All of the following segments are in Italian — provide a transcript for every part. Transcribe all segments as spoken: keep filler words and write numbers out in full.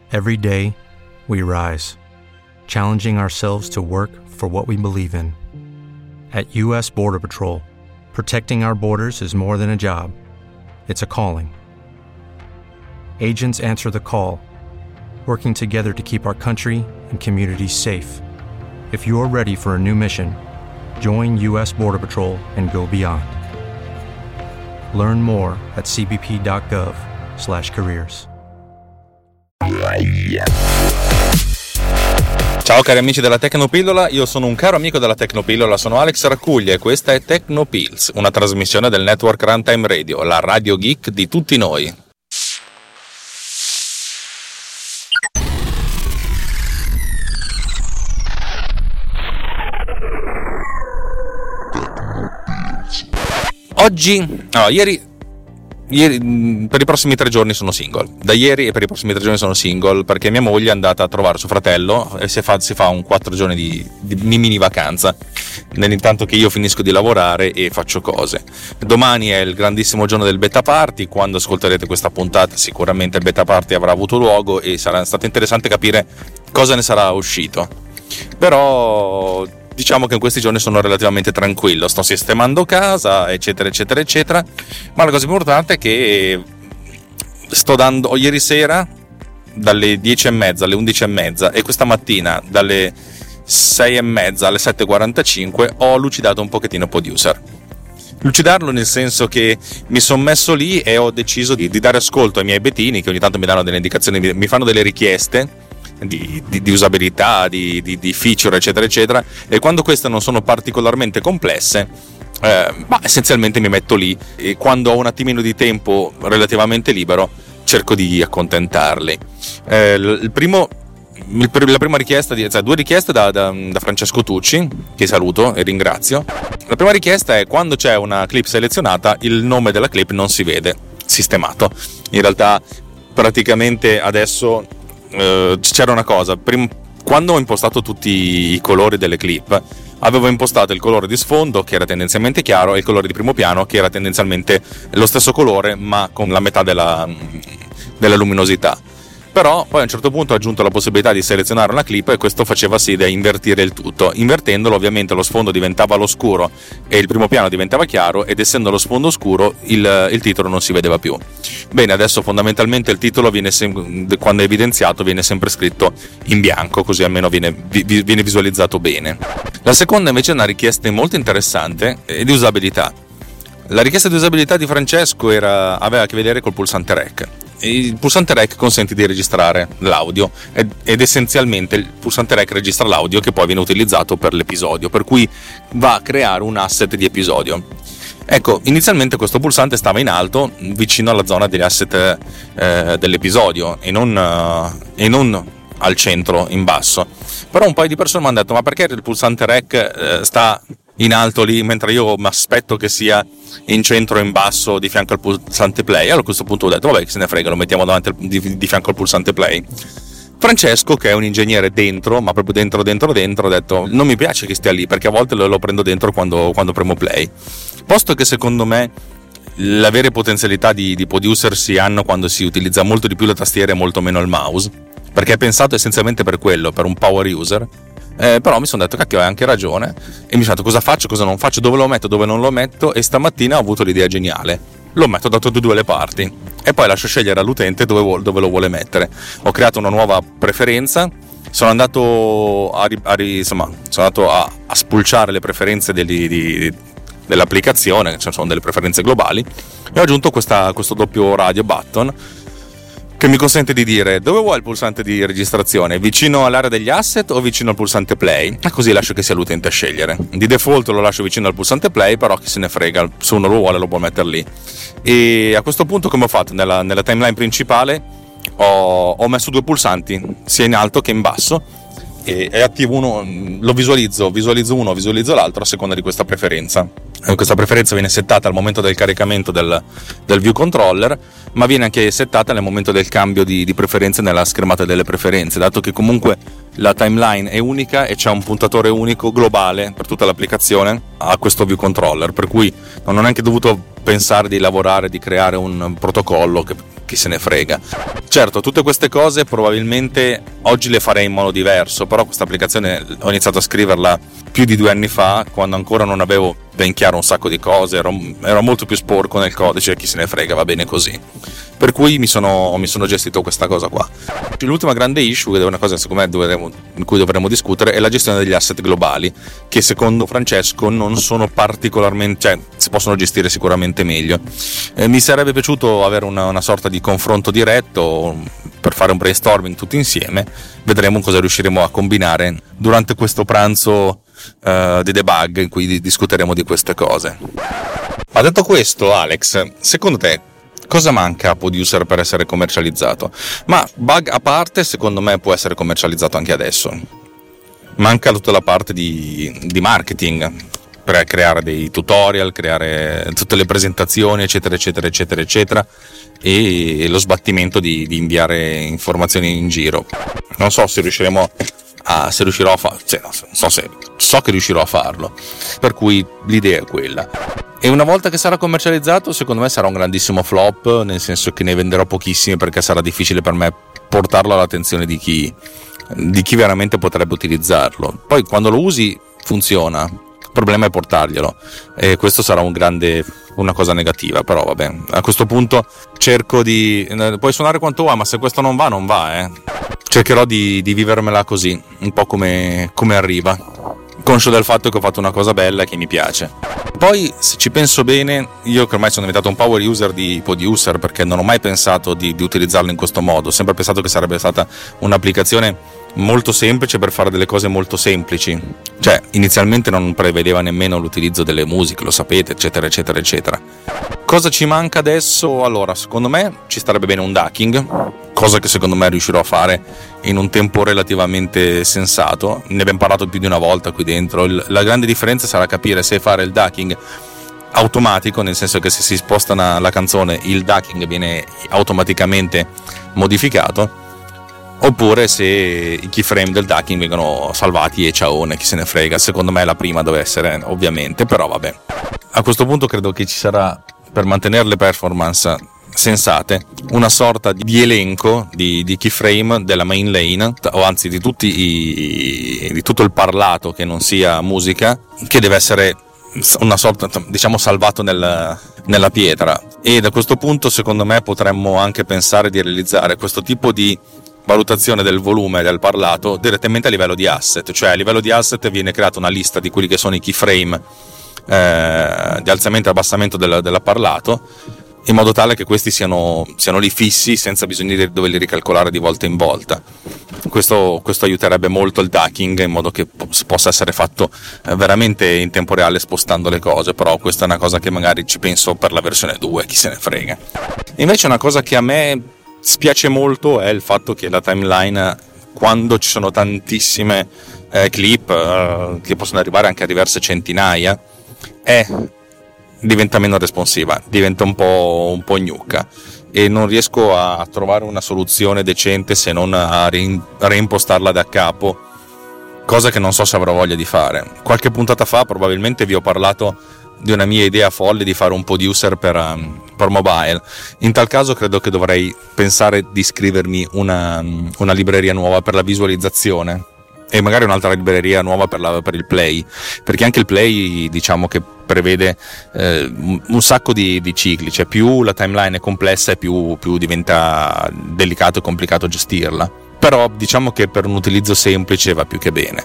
Every day, we rise, challenging ourselves to work for what we believe in. At U S Border Patrol, protecting our borders is more than a job. It's a calling. Agents answer the call, working together to keep our country and communities safe. If you're ready for a new mission, join U S Border Patrol and go beyond. Learn more at c b p dot gov slash careers. Ciao cari amici della Tecnopillola, io sono un caro amico della Tecnopillola, sono Alex Raccuglia e questa è Tecnopills, una trasmissione del network Runtime Radio, la radio geek di tutti noi. Oggi, no, ieri Ieri, per i prossimi tre giorni sono single. Da ieri e per i prossimi tre giorni sono single perché mia moglie è andata a trovare suo fratello e si fa, si fa un quattro giorni di, di mini vacanza, nell'intanto che io finisco di lavorare e faccio cose. Domani è il grandissimo giorno del beta party. Quando ascolterete questa puntata sicuramente il beta party avrà avuto luogo e sarà stato interessante capire cosa ne sarà uscito. Però diciamo che in questi giorni sono relativamente tranquillo, sto sistemando casa, eccetera, eccetera, eccetera. Ma la cosa più importante è che sto dando ieri sera dalle dieci e mezza alle undici e mezza e questa mattina dalle sei e mezza alle sette e quarantacinque ho lucidato un pochettino Producer. Lucidarlo nel senso che mi sono messo lì e ho deciso di, di dare ascolto ai miei betini che ogni tanto mi danno delle indicazioni, mi fanno delle richieste Di, di, di usabilità, di, di, di feature eccetera eccetera, e quando queste non sono particolarmente complesse eh, ma essenzialmente mi metto lì e quando ho un attimino di tempo relativamente libero cerco di accontentarli. Eh, il primo, il, la prima richiesta, di, cioè due richieste da, da, da Francesco Tucci, che saluto e ringrazio. La prima richiesta è: quando c'è una clip selezionata il nome della clip non si vede sistemato. In realtà praticamente adesso Uh, c'era una cosa, prima, quando ho impostato tutti i colori delle clip avevo impostato il colore di sfondo che era tendenzialmente chiaro e il colore di primo piano che era tendenzialmente lo stesso colore ma con la metà della, della luminosità. Però poi a un certo punto ho aggiunto la possibilità di selezionare una clip e questo faceva sì da invertire il tutto. Invertendolo ovviamente lo sfondo diventava all'oscuro e il primo piano diventava chiaro, ed essendo lo sfondo scuro il, il titolo non si vedeva più. Bene, adesso fondamentalmente il titolo viene sem- quando è evidenziato viene sempre scritto in bianco, così almeno viene, vi- viene visualizzato bene. La seconda invece è una richiesta molto interessante e di usabilità. La richiesta di usabilità di Francesco era, aveva a che vedere col pulsante rec. Il pulsante rec consente di registrare l'audio ed, ed essenzialmente il pulsante rec registra l'audio che poi viene utilizzato per l'episodio, per cui va a creare un asset di episodio. Ecco, inizialmente questo pulsante stava in alto vicino alla zona degli asset eh, dell'episodio e non, uh, e non al centro in basso. Però un paio di persone mi hanno detto: ma perché il pulsante rec eh, sta in alto lì mentre io mi aspetto che sia in centro o in basso di fianco al pulsante play? Allora a questo punto ho detto: vabbè, che se ne frega, lo mettiamo davanti al, di, di fianco al pulsante play. Francesco, che è un ingegnere dentro, ma proprio dentro dentro dentro, ha detto: non mi piace che stia lì perché a volte lo, lo prendo dentro quando, quando premo play, posto che secondo me le vere potenzialità di, di Producer si hanno quando si utilizza molto di più la tastiera e molto meno il mouse, perché è pensato essenzialmente per quello, per un power user. Eh, però mi sono detto: cacchio, hai anche ragione, e mi sono detto: cosa faccio, cosa non faccio, dove lo metto, dove non lo metto, e stamattina ho avuto l'idea geniale: lo metto da tutte e due le parti e poi lascio scegliere all'utente dove, vuole, dove lo vuole mettere. Ho creato una nuova preferenza, sono andato a, a, insomma, sono andato a, a spulciare le preferenze degli, di, dell'applicazione, cioè sono delle preferenze globali, e ho aggiunto questa, questo doppio radio button che mi consente di dire: dove vuoi il pulsante di registrazione, vicino all'area degli asset o vicino al pulsante play? E così lascio che sia l'utente a scegliere. Di default lo lascio vicino al pulsante play, però chi se ne frega, se uno lo vuole lo può mettere lì. E a questo punto come ho fatto? Nella, nella timeline principale ho, ho messo due pulsanti, sia in alto che in basso, e, e attivo uno, lo visualizzo, visualizzo uno, visualizzo l'altro a seconda di questa preferenza. E questa preferenza viene settata al momento del caricamento del, del view controller, ma viene anche settata nel momento del cambio di, di preferenze nella schermata delle preferenze, dato che comunque la timeline è unica e c'è un puntatore unico globale per tutta l'applicazione a questo view controller, per cui non ho neanche dovuto pensare di lavorare, di creare un protocollo che chi se ne frega. Certo, tutte queste cose probabilmente oggi le farei in modo diverso, però questa applicazione ho iniziato a scriverla più di due anni fa, quando ancora non avevo ben chiaro un sacco di cose, ero, ero molto più sporco nel codice, chi se ne frega, va bene così. Per cui mi sono, mi sono gestito questa cosa qua. L'ultima grande issue, ed è una cosa secondo me dovremo, in cui dovremmo discutere, è la gestione degli asset globali, che secondo Francesco non sono particolarmente, cioè si possono gestire sicuramente meglio. Eh, mi sarebbe piaciuto avere una, una sorta di confronto diretto per fare un brainstorming tutti insieme. Vedremo cosa riusciremo a combinare durante questo pranzo uh, di debug in cui discuteremo di queste cose. Ma detto questo, Alex, secondo te cosa manca a Poduser per essere commercializzato? Ma bug a parte, secondo me può essere commercializzato anche adesso. Manca tutta la parte di, di marketing, per creare dei tutorial, creare tutte le presentazioni, eccetera, eccetera, eccetera, eccetera, e lo sbattimento di, di inviare informazioni in giro. Non so se riusciremo a, se riuscirò a farlo, cioè, so se, so che riuscirò a farlo, per cui l'idea è quella. E una volta che sarà commercializzato, secondo me sarà un grandissimo flop, nel senso che ne venderò pochissimi, perché sarà difficile per me portarlo all'attenzione di chi, di chi veramente potrebbe utilizzarlo. Poi quando lo usi funziona, il problema è portarglielo, e questo sarà un grande, una cosa negativa. Però vabbè, a questo punto cerco di, puoi suonare quanto vuoi, ma se questo non va non va, eh. cercherò di, di vivermela così, un po' come, come arriva, conscio del fatto che ho fatto una cosa bella e che mi piace. Poi, se ci penso bene, io che ormai sono diventato un power user di Poduser, perché non ho mai pensato di, di utilizzarlo in questo modo, ho sempre pensato che sarebbe stata un'applicazione molto semplice per fare delle cose molto semplici. Cioè, inizialmente non prevedeva nemmeno l'utilizzo delle musiche, lo sapete, eccetera, eccetera, eccetera. Cosa ci manca adesso? Allora, secondo me ci starebbe bene un ducking, cosa che secondo me riuscirò a fare in un tempo relativamente sensato. Ne abbiamo parlato più di una volta qui dentro. Il, la grande differenza sarà capire se fare il ducking automatico, nel senso che se si sposta una, la canzone, il ducking viene automaticamente modificato, oppure se i keyframe del ducking vengono salvati e ciaone, chi se ne frega. Secondo me la prima deve essere, ovviamente, però vabbè. A questo punto credo che ci sarà, per mantenere le performance sensate, una sorta di elenco di, di keyframe della main lane, o anzi di tutti i, di tutto il parlato che non sia musica, che deve essere una sorta, diciamo, salvato nel, nella pietra. E da questo punto secondo me potremmo anche pensare di realizzare questo tipo di valutazione del volume del parlato direttamente a livello di asset. Cioè, a livello di asset viene creata una lista di quelli che sono i keyframe eh, di alzamento e abbassamento del, del parlato, in modo tale che questi siano, siano lì fissi, senza bisogno di doverli ricalcolare di volta in volta. Questo, questo aiuterebbe molto il ducking, in modo che possa essere fatto veramente in tempo reale spostando le cose. Però questa è una cosa che magari ci penso per la versione due, chi se ne frega. Invece una cosa che a me spiace molto è il fatto che la timeline, quando ci sono tantissime eh, clip eh, che possono arrivare anche a diverse centinaia, è diventa meno responsiva, diventa un po', un po' gnocca, e non riesco a trovare una soluzione decente se non a reimpostarla da capo, cosa che non so se avrò voglia di fare. Qualche puntata fa probabilmente vi ho parlato di una mia idea folle di fare un Poduser per, um, per mobile. In tal caso credo che dovrei pensare di scrivermi una, una libreria nuova per la visualizzazione, e magari un'altra libreria nuova per, la, per il play, perché anche il play, diciamo che prevede eh, un sacco di, di cicli. Cioè, più la timeline è complessa e più, più diventa delicato e complicato gestirla. Però diciamo che per un utilizzo semplice va più che bene.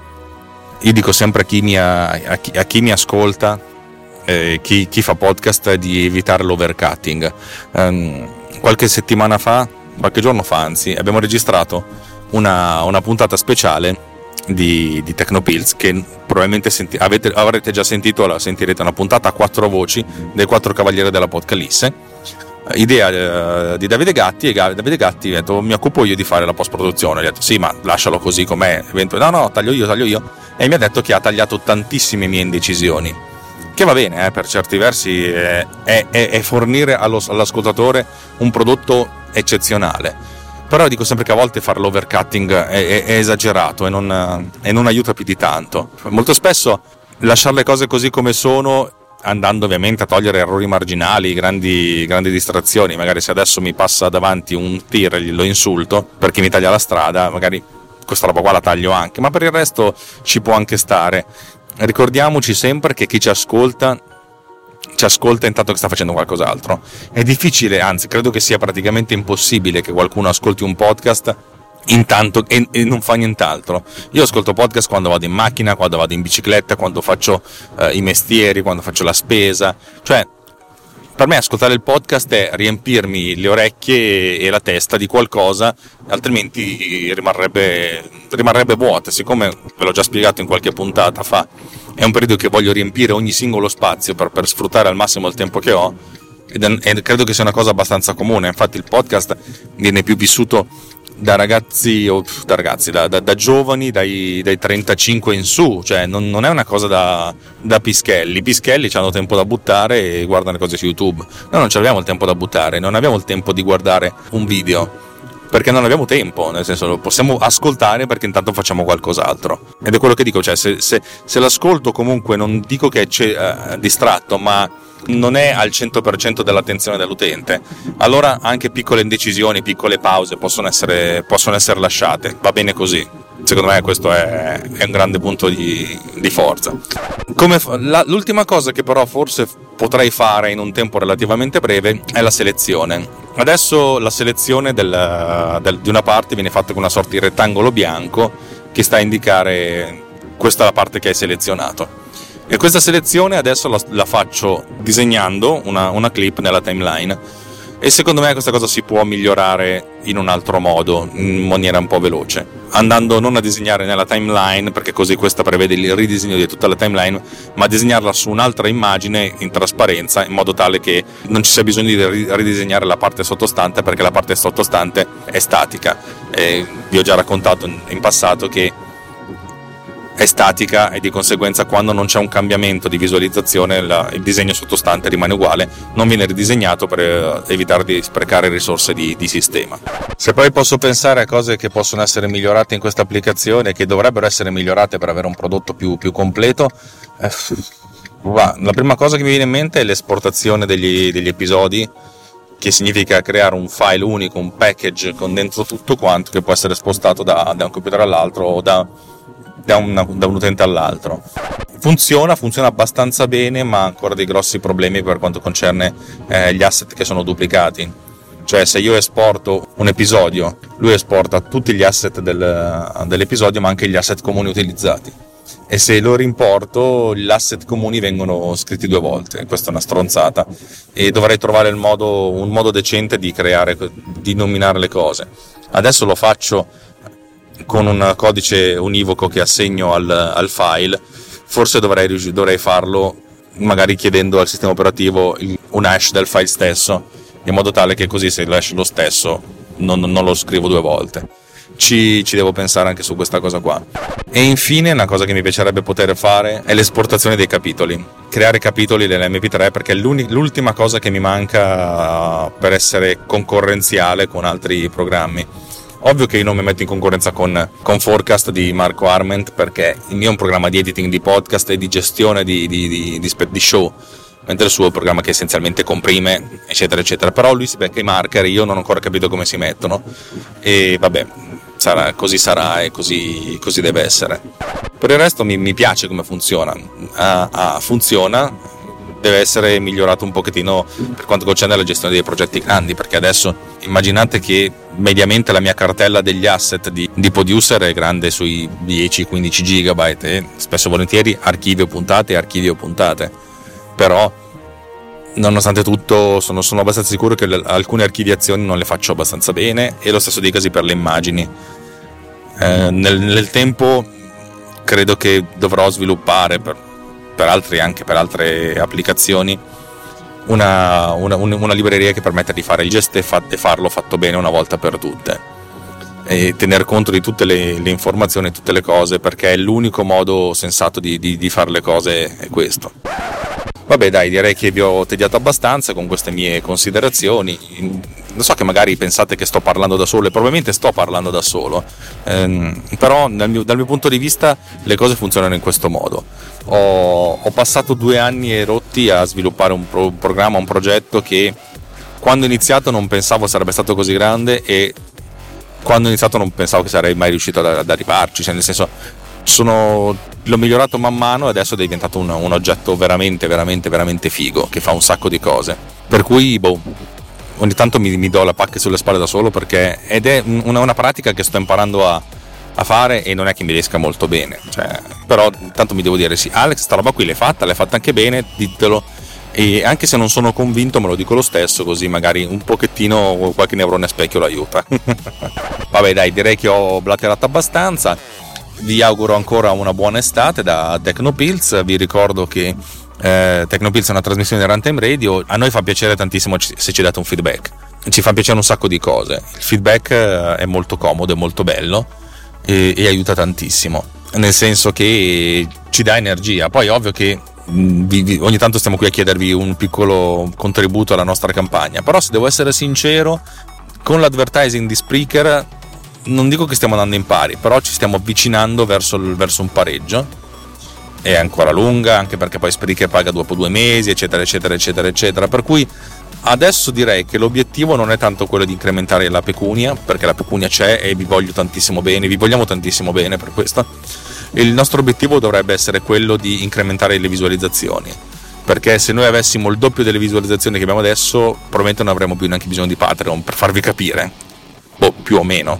Io dico sempre a chi mi, a, a chi, a chi mi ascolta, eh, chi, chi fa podcast, di evitare l'overcutting. Um, qualche settimana fa, qualche giorno fa anzi, abbiamo registrato una, una puntata speciale di, di Tecnopills, che probabilmente senti, avete, avrete già sentito, la sentirete, una puntata a quattro voci dei quattro cavalieri dell'Apocalisse, idea eh, di Davide Gatti. E Davide Gatti ha detto: mi occupo io di fare la post produzione. Gli ho detto: sì, ma lascialo così com'è. No no, taglio io, taglio io. E mi ha detto che ha tagliato tantissime mie indecisioni, che va bene, eh, per certi versi è, è, è fornire allo, all'ascoltatore un prodotto eccezionale. Però dico sempre che a volte fare l'overcutting è, è, è esagerato e non, e non aiuta più di tanto. Molto spesso lasciare le cose così come sono andando ovviamente a togliere errori marginali, grandi, grandi distrazioni. Magari se adesso mi passa davanti un tir e lo insulto perché mi taglia la strada, magari questa roba qua la taglio anche, ma per il resto ci può anche stare. Ricordiamoci sempre che chi ci ascolta ci ascolta intanto che sta facendo qualcos'altro. È difficile, anzi credo che sia praticamente impossibile che qualcuno ascolti un podcast intanto e, e non fa nient'altro. Io ascolto podcast quando vado in macchina, quando vado in bicicletta, quando faccio eh, i mestieri, quando faccio la spesa. Cioè, per me ascoltare il podcast è riempirmi le orecchie e la testa di qualcosa, altrimenti rimarrebbe, rimarrebbe vuota. Siccome ve l'ho già spiegato in qualche puntata fa, è un periodo che voglio riempire ogni singolo spazio per, per sfruttare al massimo il tempo che ho, ed è, e credo che sia una cosa abbastanza comune. Infatti il podcast viene più vissuto da ragazzi o da ragazzi da, da, da giovani dai, dai trentacinque in su, cioè non, non è una cosa da, da pischelli. I pischelli hanno tempo da buttare e guardano le cose su YouTube. Noi non abbiamo il tempo da buttare, non abbiamo il tempo di guardare un video perché non abbiamo tempo, nel senso lo possiamo ascoltare perché intanto facciamo qualcos'altro, ed è quello che dico. Cioè se, se, se l'ascolto comunque non dico che è uh, distratto, ma non è al cento per cento dell'attenzione dell'utente, allora anche piccole indecisioni, piccole pause possono essere, possono essere lasciate. Va bene così. Secondo me questo è, è un grande punto di, di forza. Come la, l'ultima cosa che però forse potrei fare in un tempo relativamente breve è la selezione. Adesso la selezione del, del, di una parte viene fatta con una sorta di rettangolo bianco che sta a indicare questa è la parte che hai selezionato. E questa selezione adesso la, la faccio disegnando una, una clip nella timeline, e secondo me questa cosa si può migliorare in un altro modo, in maniera un po' veloce, andando non a disegnare nella timeline, perché così questa prevede il ridisegno di tutta la timeline, ma a disegnarla su un'altra immagine in trasparenza, in modo tale che non ci sia bisogno di ridisegnare la parte sottostante, perché la parte sottostante è statica. E vi ho già raccontato in passato che è statica e di conseguenza quando non c'è un cambiamento di visualizzazione la, il disegno sottostante rimane uguale, non viene ridisegnato per evitare di sprecare risorse di, di sistema. Se poi posso pensare a cose che possono essere migliorate in questa applicazione, che dovrebbero essere migliorate per avere un prodotto più, più completo, eh, la prima cosa che mi viene in mente è l'esportazione degli, degli episodi, che significa creare un file unico, un package con dentro tutto quanto, che può essere spostato da, da un computer all'altro o da Da, una, da un utente all'altro. Funziona, funziona abbastanza bene, ma ha ancora dei grossi problemi per quanto concerne eh, gli asset che sono duplicati. Cioè, se io esporto un episodio, lui esporta tutti gli asset del, dell'episodio, ma anche gli asset comuni utilizzati. E se lo rimporto, gli asset comuni vengono scritti due volte. Questa è una stronzata. E dovrei trovare il modo, un modo decente di creare, di nominare le cose. Adesso lo faccio con un codice univoco che assegno al, al file. Forse dovrei, dovrei farlo magari chiedendo al sistema operativo il, un hash del file stesso, in modo tale che così se l'hash è lo stesso non, non lo scrivo due volte. Ci, ci devo pensare anche su questa cosa qua. E infine una cosa che mi piacerebbe poter fare è l'esportazione dei capitoli, creare capitoli dell'emme pi tre, perché è l'ultima cosa che mi manca per essere concorrenziale con altri programmi. Ovvio che io non mi metto in concorrenza con, con Forecast di Marco Arment, perché il mio è un programma di editing di podcast e di gestione di, di, di, di, di show, mentre il suo è un programma che essenzialmente comprime, eccetera eccetera. Però lui si becca i marker, io non ho ancora capito come si mettono, e vabbè, sarà, così sarà e così, così deve essere. Per il resto mi, mi piace come funziona. Ah, ah, funziona, deve essere migliorato un pochettino per quanto concerne la gestione dei progetti grandi, perché adesso immaginate che mediamente la mia cartella degli asset di, di producer è grande sui dieci quindici gigabyte, e spesso e volentieri archivio puntate e archivio puntate. Però nonostante tutto sono, sono abbastanza sicuro che le, alcune archiviazioni non le faccio abbastanza bene, e lo stesso dicasi per le immagini. Eh, nel, nel tempo credo che dovrò sviluppare per per altri anche per altre applicazioni una, una, una libreria che permetta di fare il gesto e, fa, e farlo fatto bene una volta per tutte, e tener conto di tutte le, le informazioni, tutte le cose, perché è l'unico modo sensato di, di, di fare le cose, è questo. Vabbè dai, direi che vi ho tediato abbastanza con queste mie considerazioni. lo so che magari pensate che sto parlando da solo e probabilmente sto parlando da solo, ehm, però dal mio, dal mio punto di vista le cose funzionano in questo modo. Ho, ho passato due anni e rotti a sviluppare un, pro, un programma, un progetto che quando ho iniziato non pensavo sarebbe stato così grande, e quando ho iniziato non pensavo che sarei mai riuscito ad, ad arrivarci, cioè nel senso sono, l'ho migliorato man mano e adesso è diventato un, un oggetto veramente veramente veramente figo che fa un sacco di cose, per cui boh, ogni tanto mi, mi do la pacca sulle spalle da solo, perché ed è una, una pratica che sto imparando a, a fare e non è che mi riesca molto bene, cioè, però intanto mi devo dire sì, Alex, sta roba qui l'hai fatta, l'hai fatta anche bene, ditelo, e anche se non sono convinto me lo dico lo stesso, così magari un pochettino qualche neurone a specchio lo aiuta. Vabbè dai, direi che ho blatterato abbastanza, vi auguro ancora una buona estate da Tecnopills, vi ricordo che eh, Tecnopills è una trasmissione di Runtime Radio, a noi fa piacere tantissimo se ci date un feedback, ci fa piacere un sacco di cose, il feedback è molto comodo, è molto bello e, e aiuta tantissimo, nel senso che ci dà energia. Poi ovvio che Vi, vi, ogni tanto stiamo qui a chiedervi un piccolo contributo alla nostra campagna, però se devo essere sincero, con l'advertising di Spreaker non dico che stiamo andando in pari, però ci stiamo avvicinando verso, il, verso un pareggio. È ancora lunga, anche perché poi Spreaker paga dopo due mesi, eccetera eccetera eccetera eccetera, per cui adesso direi che l'obiettivo non è tanto quello di incrementare la pecunia, perché la pecunia c'è e vi voglio tantissimo bene, vi vogliamo tantissimo bene per questo. Il nostro obiettivo dovrebbe essere quello di incrementare le visualizzazioni, perché se noi avessimo il doppio delle visualizzazioni che abbiamo adesso probabilmente non avremo più neanche bisogno di Patreon, per farvi capire, boh, più o meno.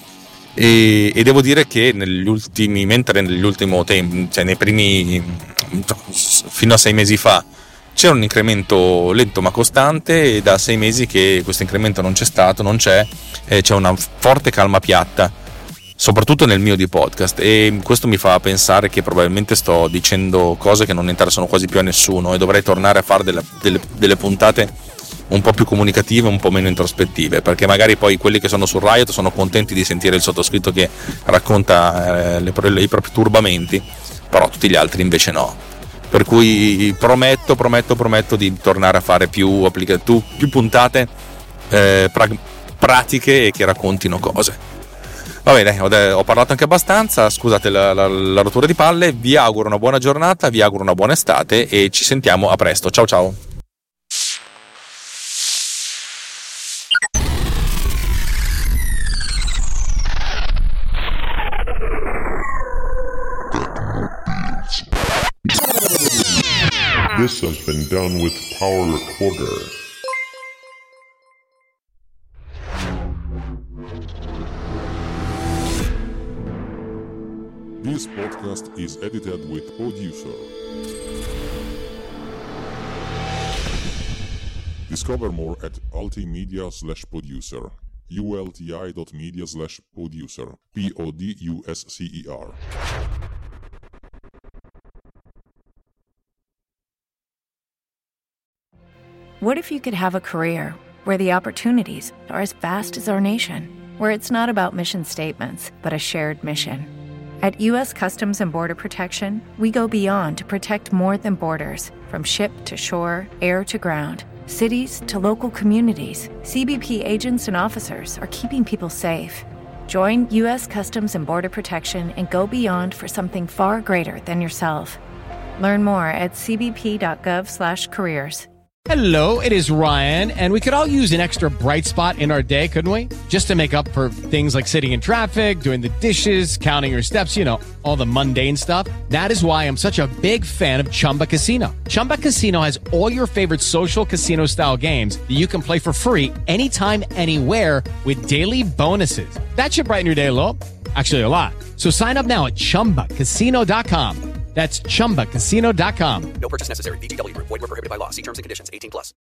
E, e devo dire che negli ultimi, mentre negli ultimi tempi, cioè nei primi, fino a sei mesi fa c'era un incremento lento ma costante, e da sei mesi che questo incremento non c'è stato, non c'è, e c'è una forte calma piatta, soprattutto nel mio di podcast, e questo mi fa pensare che probabilmente sto dicendo cose che non interessano quasi più a nessuno e dovrei tornare a fare delle, delle, delle puntate un po' più comunicative, un po' meno introspettive, perché magari poi quelli che sono su Riot sono contenti di sentire il sottoscritto che racconta eh, le, le, i propri turbamenti, però tutti gli altri invece no, per cui prometto prometto prometto di tornare a fare più, applica- più puntate eh, pra- pratiche e che raccontino cose. Va bene, ho, de- ho parlato anche abbastanza, scusate la, la, la rottura di palle, vi auguro una buona giornata, vi auguro una buona estate e ci sentiamo a presto, ciao ciao! This has been done with Power Recorder. This podcast is edited with Producer. Discover more at ultimedia slash producer. ulti.media slash producer. P O D U S C E R. What if you could have a career where the opportunities are as vast as our nation, where it's not about mission statements, but a shared mission? At U S Customs and Border Protection, we go beyond to protect more than borders. From ship to shore, air to ground, cities to local communities, C B P agents and officers are keeping people safe. Join U S Customs and Border Protection and go beyond for something far greater than yourself. Learn more at cbp.gov slash careers. Hello, it is Ryan, and we could all use an extra bright spot in our day, couldn't we? Just to make up for things like sitting in traffic, doing the dishes, counting your steps, you know, all the mundane stuff. That is why I'm such a big fan of Chumba Casino. Chumba Casino has all your favorite social casino-style games that you can play for free anytime, anywhere with daily bonuses. That should brighten your day a little. Actually, a lot. So sign up now at chumba casino dot com. That's chumba casino dot com. No purchase necessary. V G W Group. Void where prohibited by law. See terms and conditions. eighteen plus.